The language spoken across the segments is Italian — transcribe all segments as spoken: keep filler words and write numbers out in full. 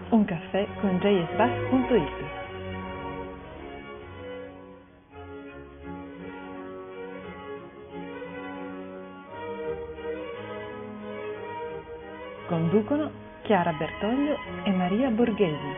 Un caffè con j s bach punto it. Conducono Chiara Bertoglio e Maria Borghesi.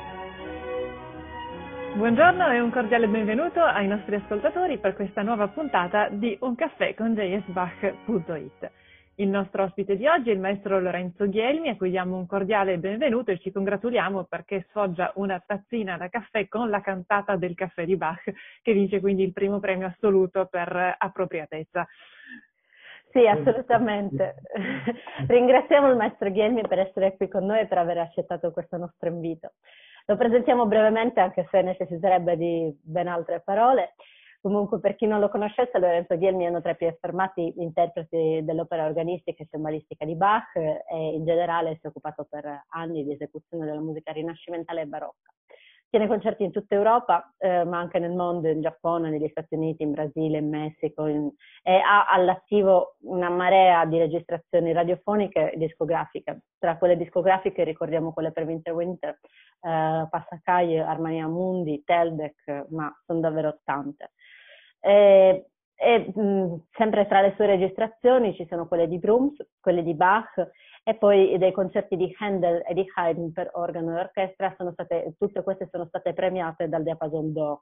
Buongiorno e un cordiale benvenuto ai nostri ascoltatori per questa nuova puntata di Un caffè con j s bach punto it. Il nostro ospite di oggi è il maestro Lorenzo Ghielmi, a cui diamo un cordiale benvenuto e ci congratuliamo perché sfoggia una tazzina da caffè con la cantata del caffè di Bach, che vince quindi il primo premio assoluto per appropriatezza. Sì, assolutamente. Ringraziamo il maestro Ghielmi per essere qui con noi e per aver accettato questo nostro invito. Lo presentiamo brevemente, anche se necessiterebbe di ben altre parole. Comunque, per chi non lo conoscesse, Lorenzo Ghielmi è uno tra i più affermati interpreti dell'opera organistica e cembalistica di Bach e in generale si è occupato per anni di esecuzione della musica rinascimentale e barocca. Tiene concerti in tutta Europa, eh, ma anche nel mondo, in Giappone, negli Stati Uniti, in Brasile, in Messico, in... e ha all'attivo una marea di registrazioni radiofoniche e discografiche. Tra quelle discografiche ricordiamo quelle per Winter Winter, eh, Passacaglie, Armania Mundi, Teldec, ma sono davvero tante. E, e mh, sempre tra le sue registrazioni ci sono quelle di Brahms, quelle di Bach e poi dei concerti di Handel e di Haydn per organo e orchestra. Sono state, tutte queste sono state premiate dal Diapason d'Or.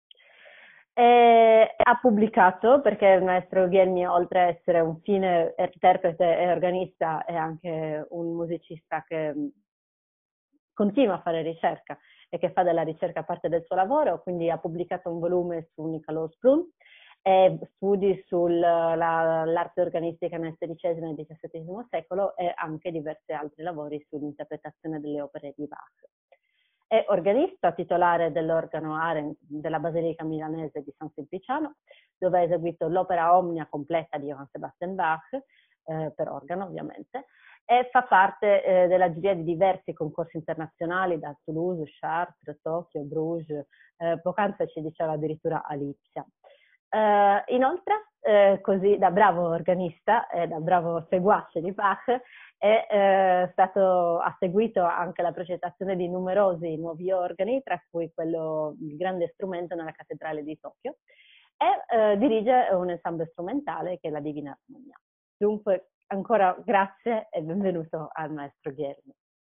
E ha pubblicato, perché il maestro Ghielmi, oltre a essere un fine interprete e organista, è anche un musicista che continua a fare ricerca e che fa della ricerca parte del suo lavoro, quindi ha pubblicato un volume su Nicolaus Brunn e studi sull'arte organistica nel sedicesimo e diciassettesimo secolo e anche diversi altri lavori sull'interpretazione delle opere di Bach. È organista titolare dell'organo Arens della Basilica Milanese di San Simpliciano, dove ha eseguito l'opera Omnia completa di Johann Sebastian Bach, eh, per organo ovviamente, e fa parte eh, della giuria di diversi concorsi internazionali da Toulouse, Chartres, Tokyo, Bruges, eh, poc'anzi ci diceva addirittura a Lipsia. Eh, inoltre, eh, così da bravo organista e da bravo seguace di Bach, è eh, stato, ha seguito anche la progettazione di numerosi nuovi organi, tra cui quello, il grande strumento nella cattedrale di Tokyo, e eh, dirige un ensemble strumentale che è la Divina Armonia. Dunque, ancora grazie e benvenuto al maestro Ghielmi.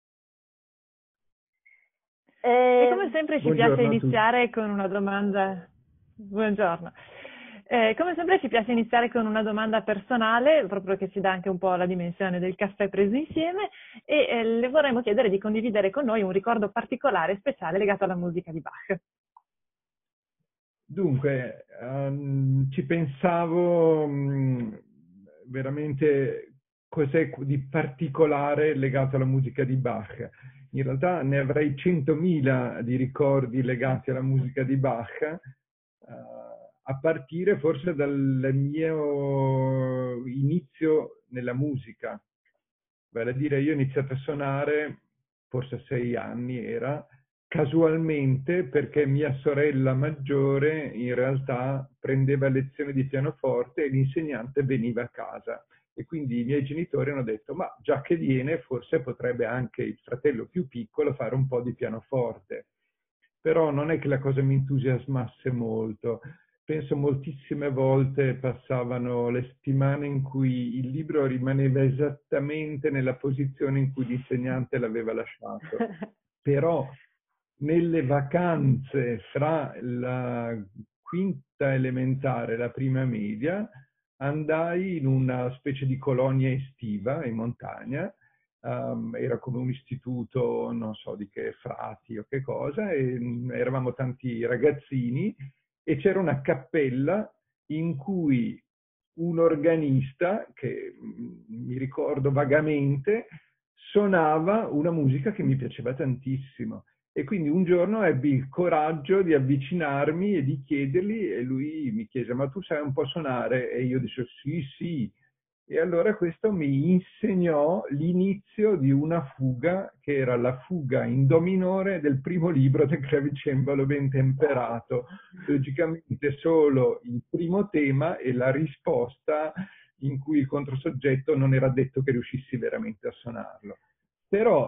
E, e come sempre ci piace iniziare con una domanda. Buongiorno. Eh, come sempre ci piace iniziare con una domanda personale, proprio che ci dà anche un po' la dimensione del caffè preso insieme, e eh, le vorremmo chiedere di condividere con noi un ricordo particolare e speciale legato alla musica di Bach. Dunque, um, ci pensavo um, veramente cos'è di particolare legato alla musica di Bach. In realtà ne avrei centomila di ricordi legati alla musica di Bach, uh, a partire forse dal mio inizio nella musica. Vale a dire, io ho iniziato a suonare, forse a sei anni era, casualmente perché mia sorella maggiore in realtà prendeva lezioni di pianoforte e l'insegnante veniva a casa. E quindi i miei genitori hanno detto, ma già che viene, forse potrebbe anche il fratello più piccolo fare un po' di pianoforte. Però non è che la cosa mi entusiasmasse molto. Penso moltissime volte passavano le settimane in cui il libro rimaneva esattamente nella posizione in cui l'insegnante l'aveva lasciato. Però nelle vacanze fra la quinta elementare e la prima media andai in una specie di colonia estiva in montagna. Um, era come un istituto, non so di che, frati o che cosa, e eravamo tanti ragazzini e c'era una cappella in cui un organista, che mi ricordo vagamente, suonava una musica che mi piaceva tantissimo. E quindi un giorno ebbi il coraggio di avvicinarmi e di chiedergli, e lui mi chiese, ma tu sai un po' suonare? E io dicevo, sì, sì. E allora questo mi insegnò l'inizio di una fuga, che era la fuga in do minore del primo libro del clavicembalo ben temperato. Logicamente solo il primo tema e la risposta in cui il controsoggetto non era detto che riuscissi veramente a suonarlo. Però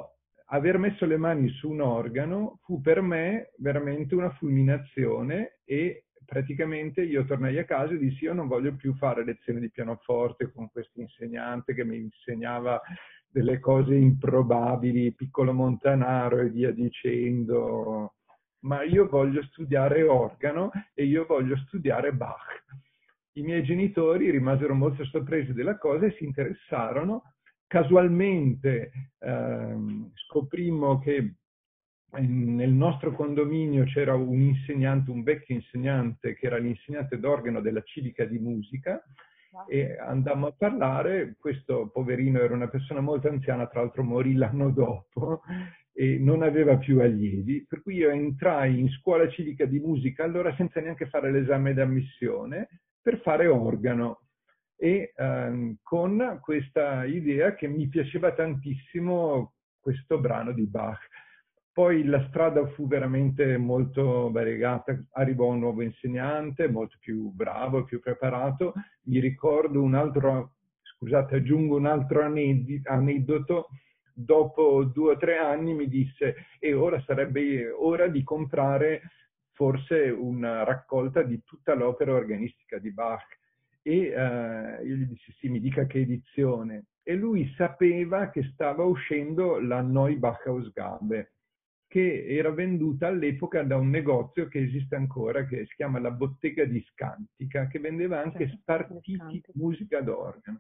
aver messo le mani su un organo fu per me veramente una fulminazione e praticamente io tornai a casa e dissi io non voglio più fare lezioni di pianoforte con questo insegnante che mi insegnava delle cose improbabili, Piccolo Montanaro e via dicendo, ma io voglio studiare organo e io voglio studiare Bach. I miei genitori rimasero molto sorpresi della cosa e si interessarono. Casualmente ehm, scoprimmo che nel nostro condominio c'era un insegnante, un vecchio insegnante che era l'insegnante d'organo della civica di musica e andammo a parlare. Questo poverino era una persona molto anziana, tra l'altro morì l'anno dopo e non aveva più allievi, per cui io entrai in scuola civica di musica allora senza neanche fare l'esame d'ammissione per fare organo e ehm, con questa idea che mi piaceva tantissimo questo brano di Bach. Poi la strada fu veramente molto variegata, arrivò un nuovo insegnante, molto più bravo, più preparato. Mi ricordo un altro, scusate, aggiungo un altro aneddoto, dopo due o tre anni mi disse e ora sarebbe ora di comprare forse una raccolta di tutta l'opera organistica di Bach. E eh, io gli dissi sì, mi dica che edizione. E lui sapeva che stava uscendo la Neubach-Ausgabe, che era venduta all'epoca da un negozio che esiste ancora, che si chiama la Bottega di Scantica, che vendeva anche Certo, spartiti musica d'organo.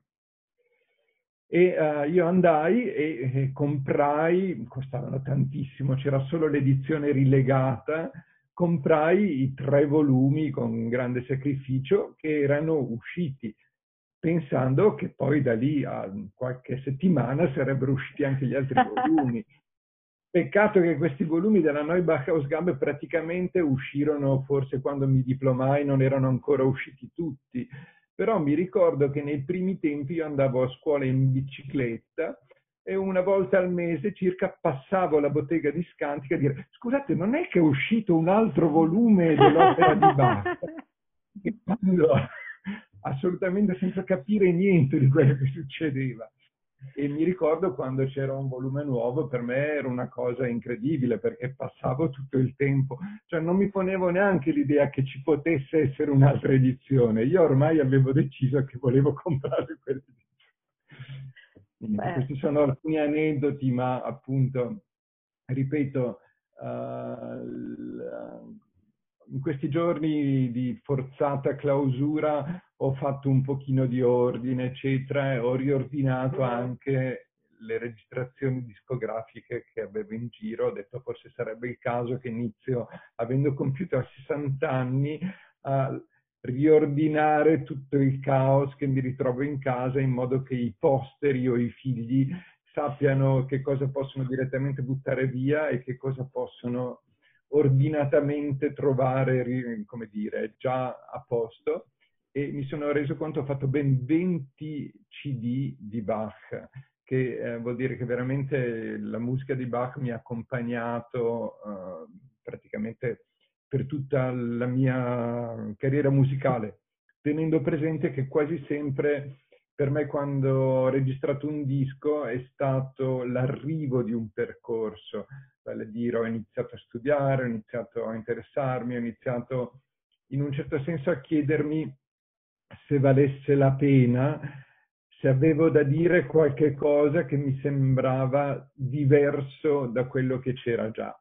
E uh, io andai e, e comprai, costavano tantissimo, c'era solo l'edizione rilegata, comprai i tre volumi con grande sacrificio che erano usciti, pensando che poi da lì a qualche settimana sarebbero usciti anche gli altri volumi. Peccato che questi volumi della Neubach-Ausgabe praticamente uscirono, forse quando mi diplomai non erano ancora usciti tutti, però mi ricordo che nei primi tempi io andavo a scuola in bicicletta e una volta al mese circa passavo alla bottega di Scantica a dire scusate, non è che è uscito un altro volume dell'opera di Bach? E quando, assolutamente senza capire niente di quello che succedeva. E mi ricordo quando c'era un volume nuovo, per me era una cosa incredibile perché passavo tutto il tempo, cioè non mi ponevo neanche l'idea che ci potesse essere un'altra edizione. Io ormai avevo deciso che volevo comprare quell'edizione. Questi sono alcuni aneddoti, ma appunto, ripeto, uh, in questi giorni di forzata clausura ho fatto un pochino di ordine, eccetera, e ho riordinato anche le registrazioni discografiche che avevo in giro. Ho detto forse sarebbe il caso che inizio, avendo compiuto a sessanta anni, a riordinare tutto il caos che mi ritrovo in casa in modo che i posteri o i figli sappiano che cosa possono direttamente buttare via e che cosa possono ordinatamente trovare, come dire, già a posto. E mi sono reso conto, ho fatto ben venti C D di Bach, che eh, vuol dire che veramente la musica di Bach mi ha accompagnato eh, praticamente per tutta la mia carriera musicale, tenendo presente che quasi sempre per me quando ho registrato un disco è stato l'arrivo di un percorso, vale a dire ho iniziato a studiare, ho iniziato a interessarmi, ho iniziato in un certo senso a chiedermi se valesse la pena, se avevo da dire qualche cosa che mi sembrava diverso da quello che c'era già,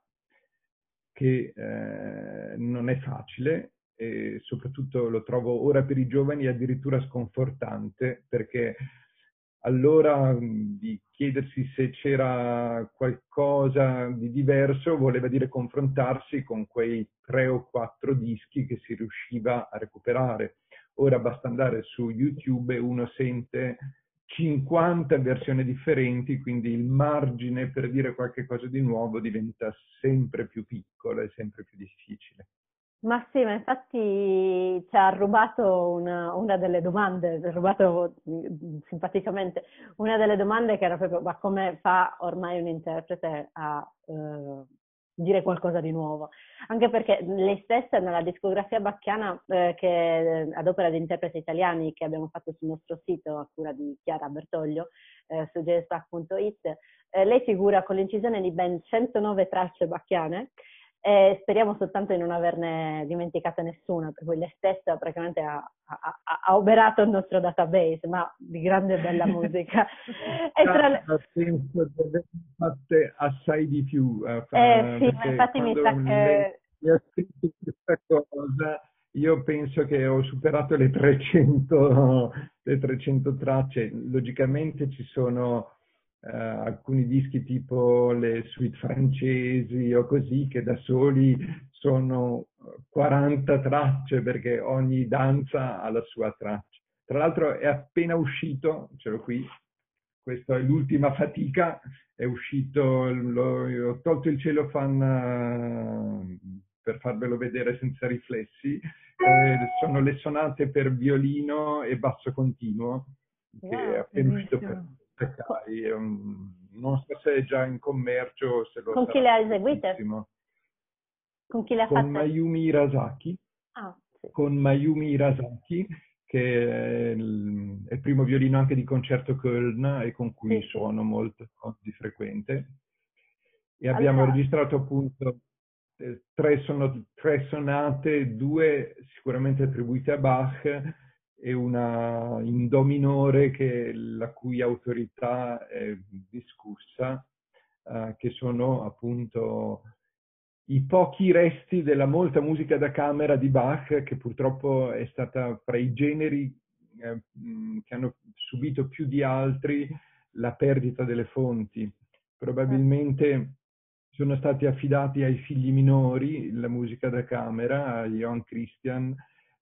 che eh, non è facile e soprattutto lo trovo ora per i giovani addirittura sconfortante, perché allora di chiedersi se c'era qualcosa di diverso voleva dire confrontarsi con quei tre o quattro dischi che si riusciva a recuperare. Ora basta andare su YouTube e uno sente cinquanta versioni differenti, quindi il margine per dire qualche cosa di nuovo diventa sempre più piccolo e sempre più difficile. Ma sì, ma infatti ci ha rubato una, una delle domande, ci ha rubato simpaticamente una delle domande che era proprio ma come fa ormai un interprete a, eh, dire qualcosa di nuovo, anche perché lei stessa nella discografia bacchiana eh, che ad opera di interpreti italiani che abbiamo fatto sul nostro sito a cura di Chiara Bertoglio eh, su j s bach punto it, eh, lei figura con l'incisione di ben centonove tracce bacchiane e speriamo soltanto di non averne dimenticate nessuna, per cui lei stessa praticamente ha, ha, ha oberato il nostro database, ma di grande e bella musica. E tra le... Penso di aver fatte assai di più, eh, eh, sì, perché infatti mi sa quando che... lei mi ha scritto questa cosa, io penso che ho superato le trecento, le trecento tracce. Logicamente ci sono Uh, alcuni dischi tipo le suite francesi o così che da soli sono quaranta tracce perché ogni danza ha la sua traccia. Tra l'altro è appena uscito, ce l'ho qui, questa è l'ultima fatica, è uscito, lo, ho tolto il cellophane uh, per farvelo vedere senza riflessi, eh, sono le sonate per violino e basso continuo che wow, è appena bellissimo. uscito per Sakai, um, non so se è già in commercio, se lo con chi le ha eseguite? Con chi le ha con fatte? Mayumi Hirasaki, Ah, sì. con Mayumi Hirasaki, che è il, è il primo violino anche di concerto Köln e con cui Sì, suono sì. molto di frequente. E abbiamo Allora, registrato appunto eh, tre, sono, tre sonate, due sicuramente attribuite a Bach e una in do minore che, la cui autorità è discussa, eh, che sono appunto i pochi resti della molta musica da camera di Bach, che purtroppo è stata fra i generi eh, che hanno subito più di altri la perdita delle fonti. Probabilmente sono stati affidati ai figli minori la musica da camera, a Johann Christian,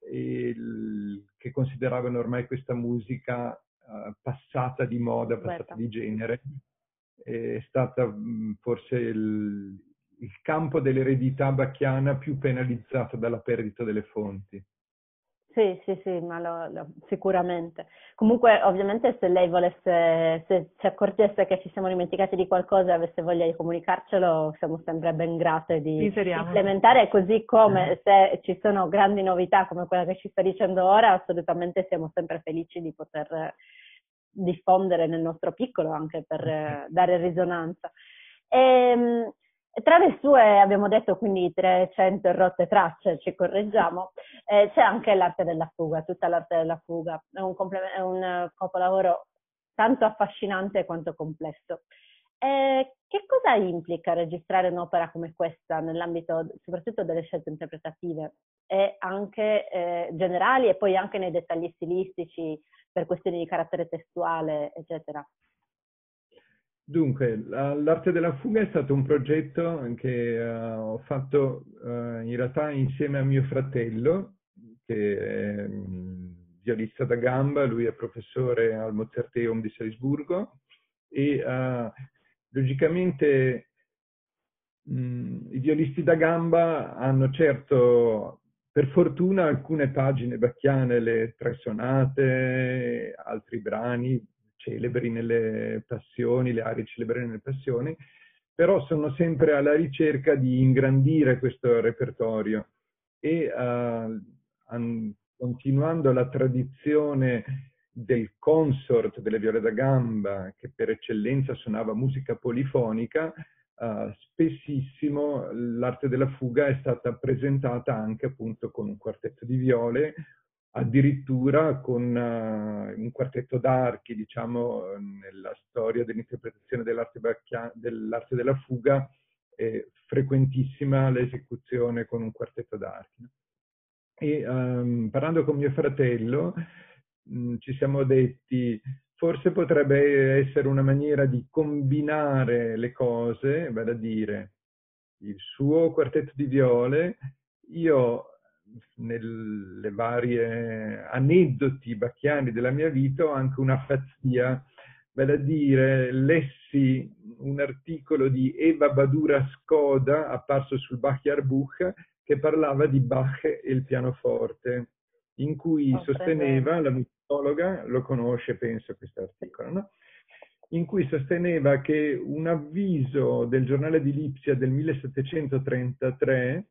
il, che consideravano ormai questa musica uh, passata di moda, passata di genere. È stata mh, forse il, il campo dell'eredità bacchiana più penalizzato dalla perdita delle fonti. Sì, sì, sì, ma lo, lo, sicuramente. Comunque, ovviamente, se lei volesse, se si accorgesse che ci siamo dimenticati di qualcosa e avesse voglia di comunicarcelo, siamo sempre ben grate di Inseriamo. implementare, così come se ci sono grandi novità come quella che ci sta dicendo ora, assolutamente siamo sempre felici di poter diffondere nel nostro piccolo anche per eh, dare risonanza. E, tra le sue, abbiamo detto quindi trecento rotte tracce, ci correggiamo, eh, c'è anche l'arte della fuga, tutta l'arte della fuga, è un, è un capolavoro tanto affascinante quanto complesso. Eh, che cosa implica registrare un'opera come questa nell'ambito soprattutto delle scelte interpretative e anche eh, generali e poi anche nei dettagli stilistici per questioni di carattere testuale, eccetera? Dunque, l'arte della fuga è stato un progetto che uh, ho fatto uh, in realtà insieme a mio fratello, che è um, violista da gamba, lui è professore al Mozarteum di Salisburgo e uh, logicamente mh, i violisti da gamba hanno certo, per fortuna, alcune pagine bacchiane, le tre sonate, altri brani celebri nelle passioni, le arie celebri nelle passioni, però sono sempre alla ricerca di ingrandire questo repertorio e uh, an, continuando la tradizione del consort delle viole da gamba, che per eccellenza suonava musica polifonica, uh, spessissimo l'arte della fuga è stata presentata anche appunto con un quartetto di viole, addirittura con uh, un quartetto d'archi, diciamo, nella storia dell'interpretazione dell'arte, dell'arte della fuga, è frequentissima l'esecuzione con un quartetto d'archi. E um, parlando con mio fratello, mh, ci siamo detti, forse potrebbe essere una maniera di combinare le cose, vale a dire il suo quartetto di viole, io nelle varie aneddoti bacchiani della mia vita ho anche una pazzia, vale a dire lessi un articolo di Eva Badura Skoda apparso sul Bach-Jahrbuch che parlava di Bach e il pianoforte, in cui Oh, sosteneva, la musicologa lo conosce penso questo articolo, no? in cui sosteneva che un avviso del giornale di Lipsia del millesettecentotrentatré,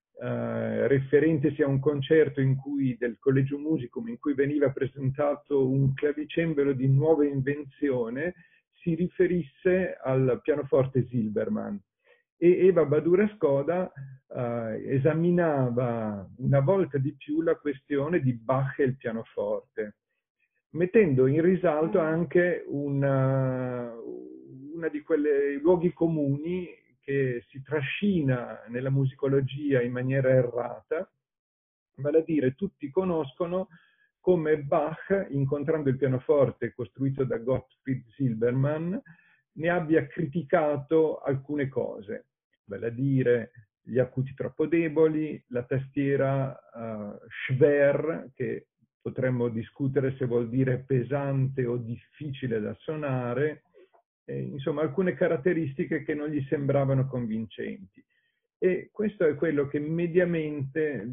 eh, riferentesi a un concerto in cui, del Collegium Musicum, in cui veniva presentato un clavicembalo di nuova invenzione, si riferisse al pianoforte Silbermann. E Eva Badura Skoda eh, esaminava una volta di più la questione di Bach e il pianoforte, mettendo in risalto anche una, una di quei luoghi comuni che si trascina nella musicologia in maniera errata, vale a dire tutti conoscono come Bach, incontrando il pianoforte costruito da Gottfried Silbermann, ne abbia criticato alcune cose, vale a dire gli acuti troppo deboli, la tastiera uh, schwer, che potremmo discutere se vuol dire pesante o difficile da suonare, eh, insomma alcune caratteristiche che non gli sembravano convincenti. E questo è quello che mediamente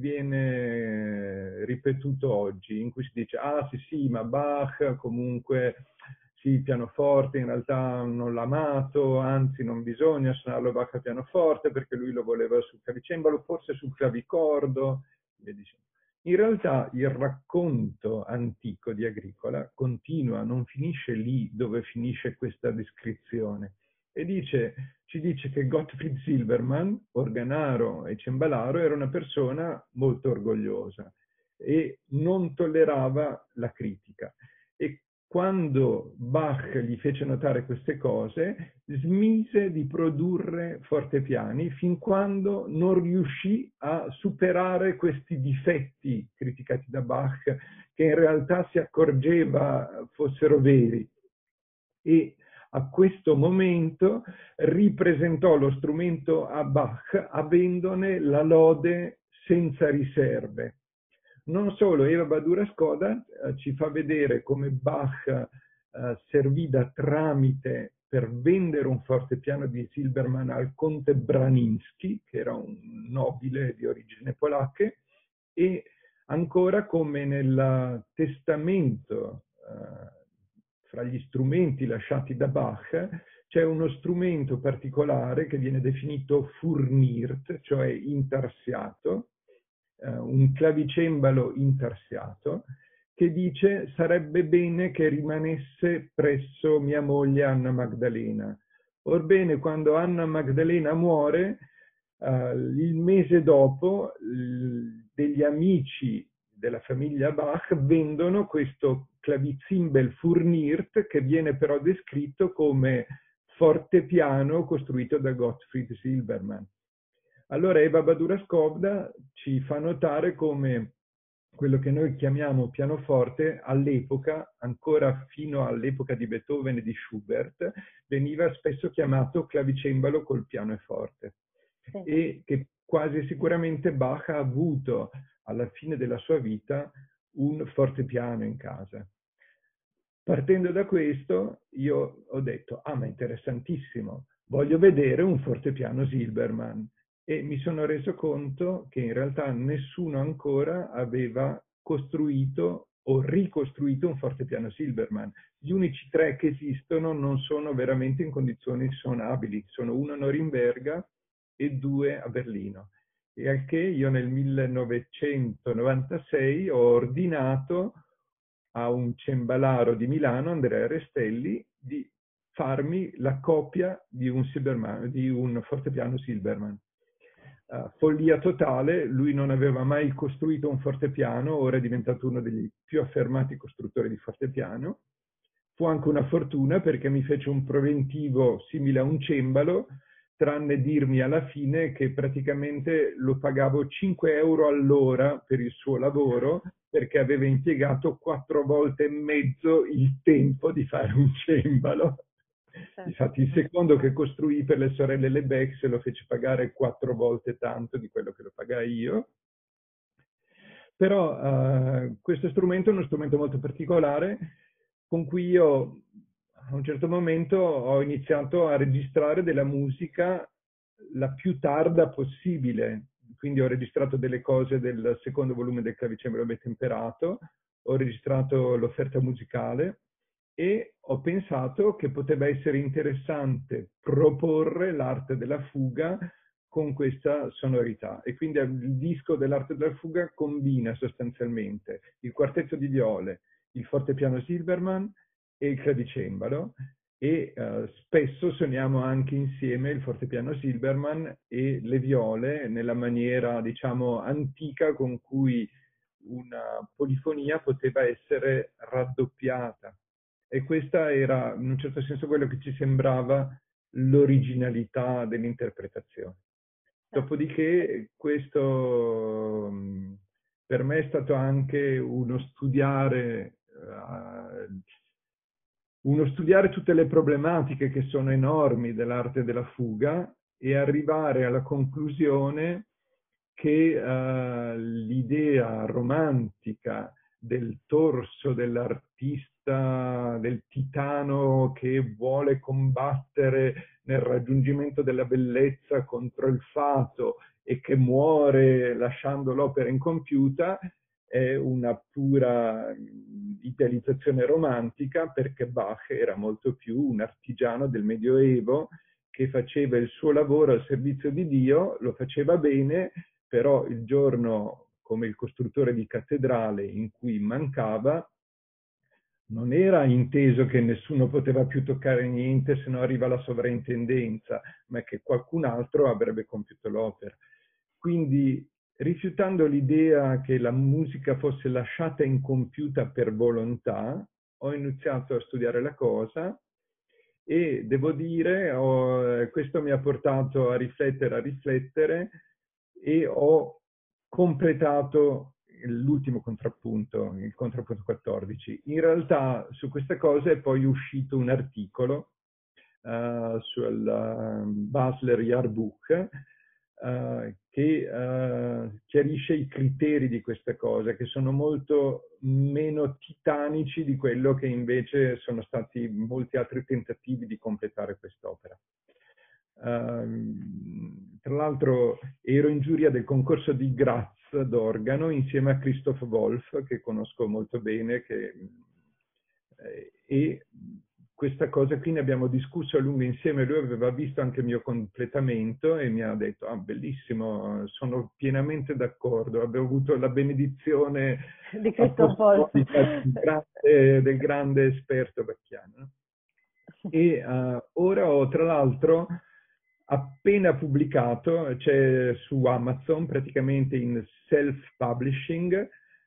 viene ripetuto oggi, in cui si dice, ah sì sì, ma Bach comunque, sì, il pianoforte in realtà non l'ha amato, anzi non bisogna suonarlo Bach a pianoforte perché lui lo voleva sul clavicembalo, forse sul clavicordo, e via dicendo. In realtà il racconto antico di Agricola continua, non finisce lì dove finisce questa descrizione. E dice, ci dice che Gottfried Silbermann, organaro e cembalaro, era una persona molto orgogliosa e non tollerava la critica. E quando Bach gli fece notare queste cose, smise di produrre fortepiani fin quando non riuscì a superare questi difetti criticati da Bach, che in realtà si accorgeva fossero veri. E a questo momento ripresentò lo strumento a Bach avendone la lode senza riserve. Non solo, Eva Badura Skoda eh, ci fa vedere come Bach eh, servì da tramite per vendere un fortepiano di Silbermann al conte Braniński, che era un nobile di origine polacche, e ancora come nel testamento eh, fra gli strumenti lasciati da Bach c'è uno strumento particolare che viene definito Furniert, cioè intarsiato, eh, un clavicembalo intarsiato, che dice sarebbe bene che rimanesse presso mia moglie Anna Magdalena. Orbene, quando Anna Magdalena muore, eh, il mese dopo, l- degli amici della famiglia Bach vendono questo clavizimbel Furniert, che viene però descritto come fortepiano costruito da Gottfried Silbermann. Allora Eva Badura Skoda ci fa notare come quello che noi chiamiamo pianoforte all'epoca, ancora fino all'epoca di Beethoven e di Schubert, veniva spesso chiamato clavicembalo col pianoforte. Sì. E che quasi sicuramente Bach ha avuto alla fine della sua vita un fortepiano in casa. Partendo da questo, io ho detto, ah ma interessantissimo, voglio vedere un fortepiano Silbermann. E mi sono reso conto che in realtà nessuno ancora aveva costruito o ricostruito un fortepiano Silbermann. Gli unici tre che esistono non sono veramente in condizioni suonabili, sono uno a Norimberga e due a Berlino. E al che io nel millenovecentonovantasei ho ordinato a un cembalaro di Milano, Andrea Restelli, di farmi la copia di un, Silbermann, di un fortepiano Silbermann. Uh, follia totale, lui non aveva mai costruito un fortepiano, ora è diventato uno degli più affermati costruttori di fortepiano. Fu anche una fortuna perché mi fece un preventivo simile a un cembalo, tranne dirmi alla fine che praticamente lo pagavo cinque euro all'ora per il suo lavoro, perché aveva impiegato quattro volte e mezzo il tempo di fare un cembalo. Infatti il secondo che costruì per le sorelle Lebec se lo fece pagare quattro volte tanto di quello che lo pagai io. Però uh, questo strumento è uno strumento molto particolare con cui io a un certo momento ho iniziato a registrare della musica la più tarda possibile. Quindi ho registrato delle cose del secondo volume del Clavicembalo Ben Temperato, ho registrato l'offerta musicale e ho pensato che poteva essere interessante proporre l'arte della fuga con questa sonorità. E quindi il disco dell'arte della fuga combina sostanzialmente il quartetto di viole, il fortepiano Silberman e il clavicembalo, e uh, spesso suoniamo anche insieme il fortepiano Silberman e le viole nella maniera, diciamo, antica con cui una polifonia poteva essere raddoppiata. E questa era, in un certo senso, quello che ci sembrava l'originalità dell'interpretazione. Dopodiché questo per me è stato anche uno studiare, uh, uno studiare tutte le problematiche che sono enormi dell'arte della fuga e arrivare alla conclusione che uh, l'idea romantica del torso dell'artista, del titano che vuole combattere nel raggiungimento della bellezza contro il fato e che muore lasciando l'opera incompiuta, è una pura idealizzazione romantica, perché Bach era molto più un artigiano del Medioevo che faceva il suo lavoro al servizio di Dio, lo faceva bene, però il giorno, come il costruttore di cattedrale, in cui mancava, non era inteso che nessuno poteva più toccare niente se non arriva la sovrintendenza, ma che qualcun altro avrebbe compiuto l'opera. Quindi, rifiutando l'idea che la musica fosse lasciata incompiuta per volontà, ho iniziato a studiare la cosa e devo dire, ho, questo mi ha portato a riflettere, a riflettere e ho completato l'ultimo contrappunto, il contrappunto quattordici. In realtà su queste cose è poi uscito un articolo uh, sul uh, Basler Jahrbuch uh, che uh, chiarisce i criteri di queste cose, che sono molto meno titanici di quello che invece sono stati molti altri tentativi di completare quest'opera. Uh, tra l'altro ero in giuria del concorso di Graz d'organo insieme a Christoph Wolff, che conosco molto bene, che, eh, e questa cosa qui ne abbiamo discusso a lungo insieme. Lui aveva visto anche il mio completamento e mi ha detto: ah, bellissimo, sono pienamente d'accordo, avevo avuto la benedizione di Christoph Wolff, del grande, del grande esperto bacchiano. E uh, ora ho tra l'altro appena pubblicato, c'è su Amazon, praticamente in self-publishing,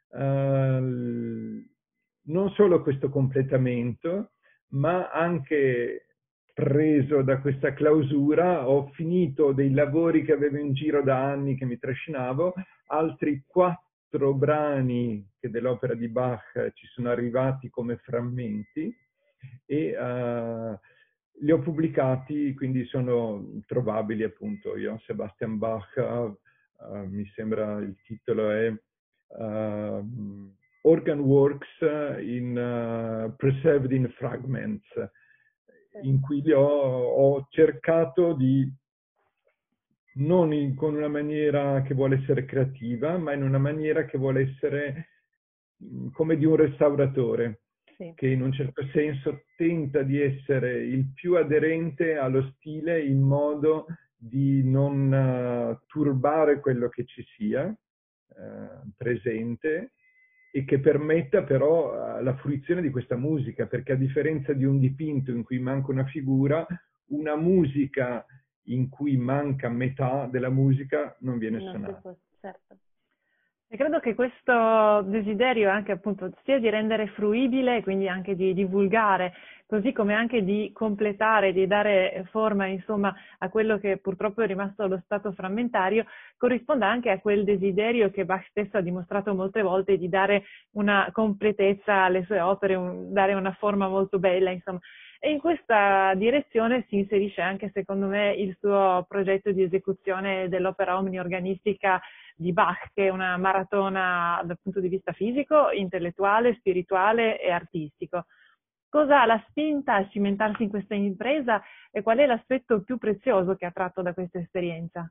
uh, non solo questo completamento, ma anche preso da questa clausura, ho finito dei lavori che avevo in giro da anni, che mi trascinavo, altri quattro brani che dell'opera di Bach ci sono arrivati come frammenti, e uh, li ho pubblicati, quindi sono trovabili appunto. Johann Sebastian Bach, uh, mi sembra il titolo è uh, Organ Works in uh, Preserved in Fragments, in cui li ho, ho cercato di, non in, con una maniera che vuole essere creativa, ma in una maniera che vuole essere come di un restauratore. Sì. Che in un certo senso tenta di essere il più aderente allo stile in modo di non uh, turbare quello che ci sia uh, presente, e che permetta però uh, la fruizione di questa musica, perché a differenza di un dipinto in cui manca una figura, una musica in cui manca metà della musica non viene non suonata. Può, certo. E credo che questo desiderio anche appunto sia di rendere fruibile, quindi anche di divulgare, così come anche di completare, di dare forma insomma a quello che purtroppo è rimasto lo stato frammentario, corrisponda anche a quel desiderio che Bach stesso ha dimostrato molte volte di dare una completezza alle sue opere, un, dare una forma molto bella, insomma. E in questa direzione si inserisce anche, secondo me, il suo progetto di esecuzione dell'opera omniorganistica di Bach, che è una maratona dal punto di vista fisico, intellettuale, spirituale e artistico. Cosa l'ha spinta a cimentarsi in questa impresa e qual è l'aspetto più prezioso che ha tratto da questa esperienza?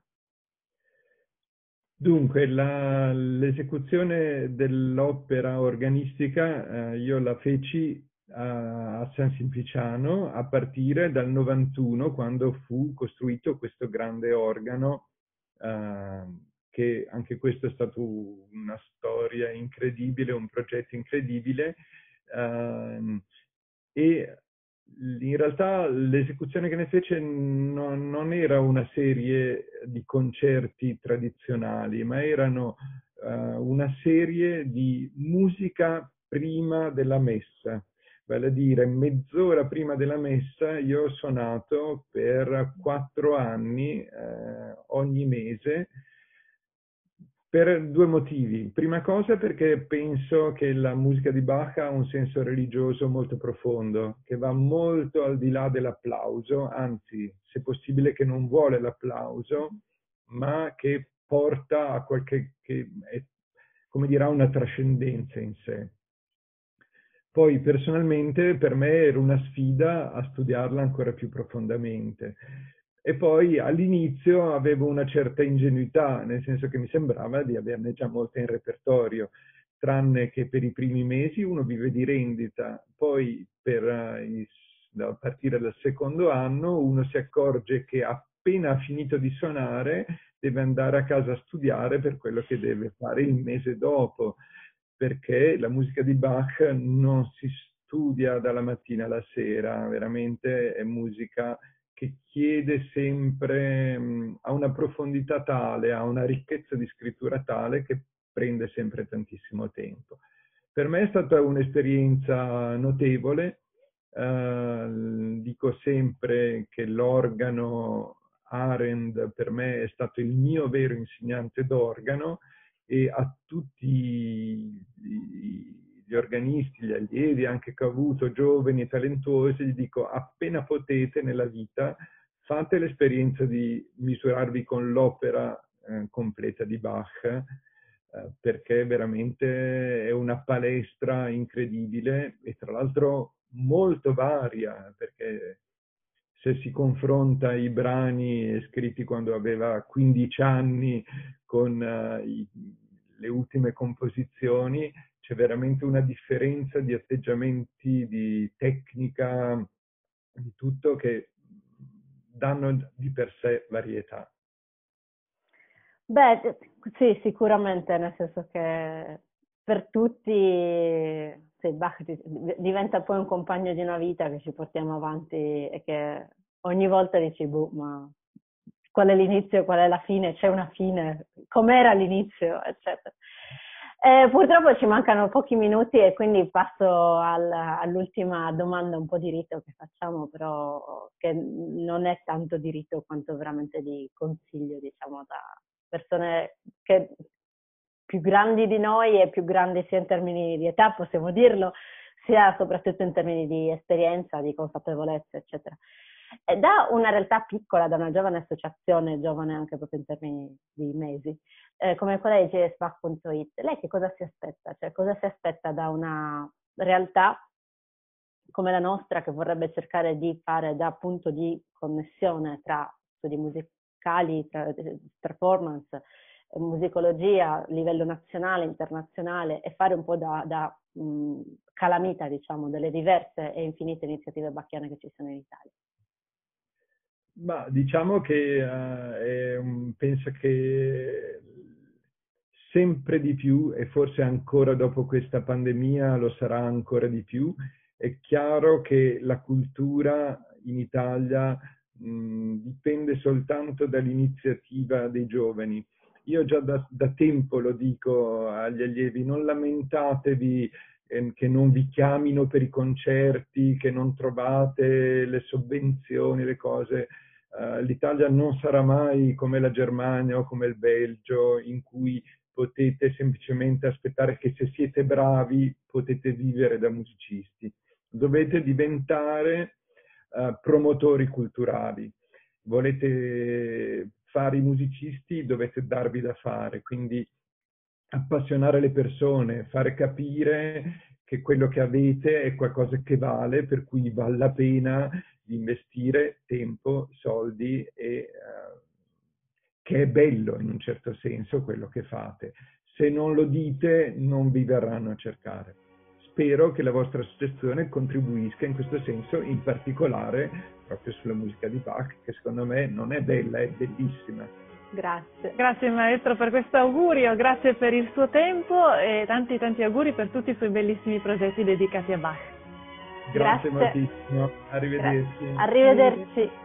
Dunque, l'esecuzione dell'opera organistica eh, io la feci a, a San Simpliciano a partire dal novantuno, quando fu costruito questo grande organo, eh, che anche questo è stato una storia incredibile, un progetto incredibile, eh, e in realtà l'esecuzione che ne fece non, non era una serie di concerti tradizionali, ma erano uh, una serie di musica prima della messa. Vale a dire, mezz'ora prima della messa io ho suonato per quattro anni, eh, ogni mese, per due motivi. Prima cosa perché penso che la musica di Bach ha un senso religioso molto profondo, che va molto al di là dell'applauso, anzi, se possibile che non vuole l'applauso, ma che porta a qualche, che è, come dirà, una trascendenza in sé. Poi personalmente per me era una sfida a studiarla ancora più profondamente. E poi all'inizio avevo una certa ingenuità, nel senso che mi sembrava di averne già molte in repertorio, tranne che per i primi mesi uno vive di rendita, poi per, uh, a partire dal secondo anno uno si accorge che appena ha finito di suonare deve andare a casa a studiare per quello che deve fare il mese dopo, perché la musica di Bach non si studia dalla mattina alla sera, veramente è musica che chiede sempre, mh, ha una profondità tale, ha una ricchezza di scrittura tale che prende sempre tantissimo tempo. Per me è stata un'esperienza notevole, eh, dico sempre che l'organo Arend per me è stato il mio vero insegnante d'organo, e a tutti gli organisti, gli allievi anche che ho avuto, giovani e talentuosi, gli dico: appena potete nella vita fate l'esperienza di misurarvi con l'opera eh, completa di Bach, eh, perché veramente è una palestra incredibile e tra l'altro molto varia, perché se si confronta i brani scritti quando aveva quindici anni con uh, i, le ultime composizioni, c'è veramente una differenza di atteggiamenti, di tecnica, di tutto, che danno di per sé varietà. Beh, sì, sicuramente, nel senso che per tutti sì, Bach diventa poi un compagno di una vita che ci portiamo avanti e che ogni volta dici, boh, ma qual è l'inizio e qual è la fine? C'è una fine? Com'era l'inizio? Eccetera. Eh, purtroppo ci mancano pochi minuti e quindi passo al, all'ultima domanda un po' di rito che facciamo, però che non è tanto di rito quanto veramente di consiglio, diciamo, da persone che più grandi di noi e più grandi sia in termini di età, possiamo dirlo, sia soprattutto in termini di esperienza, di consapevolezza, eccetera. E da una realtà piccola, da una giovane associazione, giovane anche proprio in termini di mesi, eh, come quella di J S Bach punto it, lei che cosa si aspetta? Cioè, cosa si aspetta da una realtà come la nostra, che vorrebbe cercare di fare da punto di connessione tra studi musicali, tra performance, musicologia a livello nazionale, internazionale, e fare un po' da, da mh, calamita, diciamo, delle diverse e infinite iniziative bacchiane che ci sono in Italia? Ma diciamo che uh, è un, penso che sempre di più, e forse ancora dopo questa pandemia lo sarà ancora di più, è chiaro che la cultura in Italia mh, dipende soltanto dall'iniziativa dei giovani. Io già da, da tempo lo dico agli allievi: non lamentatevi eh, che non vi chiamino per i concerti, che non trovate le sovvenzioni, le cose. Uh, L'Italia non sarà mai come la Germania o come il Belgio, in cui potete semplicemente aspettare che, se siete bravi, potete vivere da musicisti. Dovete diventare uh, promotori culturali. Volete fare i musicisti, dovete darvi da fare, quindi appassionare le persone, fare capire che quello che avete è qualcosa che vale, per cui vale la pena di investire tempo, soldi, e uh, che è bello in un certo senso quello che fate. Se non lo dite, non vi verranno a cercare. spero che la vostra associazione contribuisca in questo senso, in particolare proprio sulla musica di Bach, che secondo me non è bella, è bellissima. Grazie. Grazie maestro per questo augurio, grazie per il suo tempo e tanti tanti auguri per tutti i suoi bellissimi progetti dedicati a Bach. Grazie, Grazie. moltissimo, arrivederci. Arrivederci.